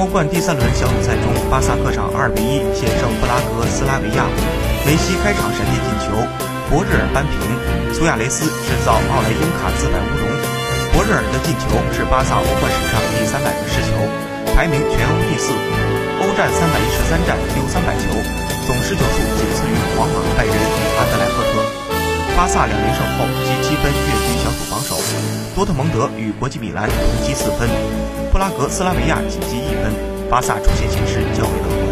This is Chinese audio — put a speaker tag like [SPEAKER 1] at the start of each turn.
[SPEAKER 1] 欧冠第3轮小组赛中，巴萨客场2比1险胜布拉格斯拉维亚，梅西开场闪电进球，博日尔扳平，苏亚雷斯制造奥莱因卡自摆乌龙。博日尔的进球是巴萨欧冠史上第300个失球，排名全欧第4，欧战313战丢300球，总失球数仅次于皇马、拜仁与安德莱赫特。巴萨2连胜后积7分跃居小组榜首，多特蒙德与国际米兰同积4分，布拉格斯拉维亚仅积1分，巴萨出线形势较为乐观。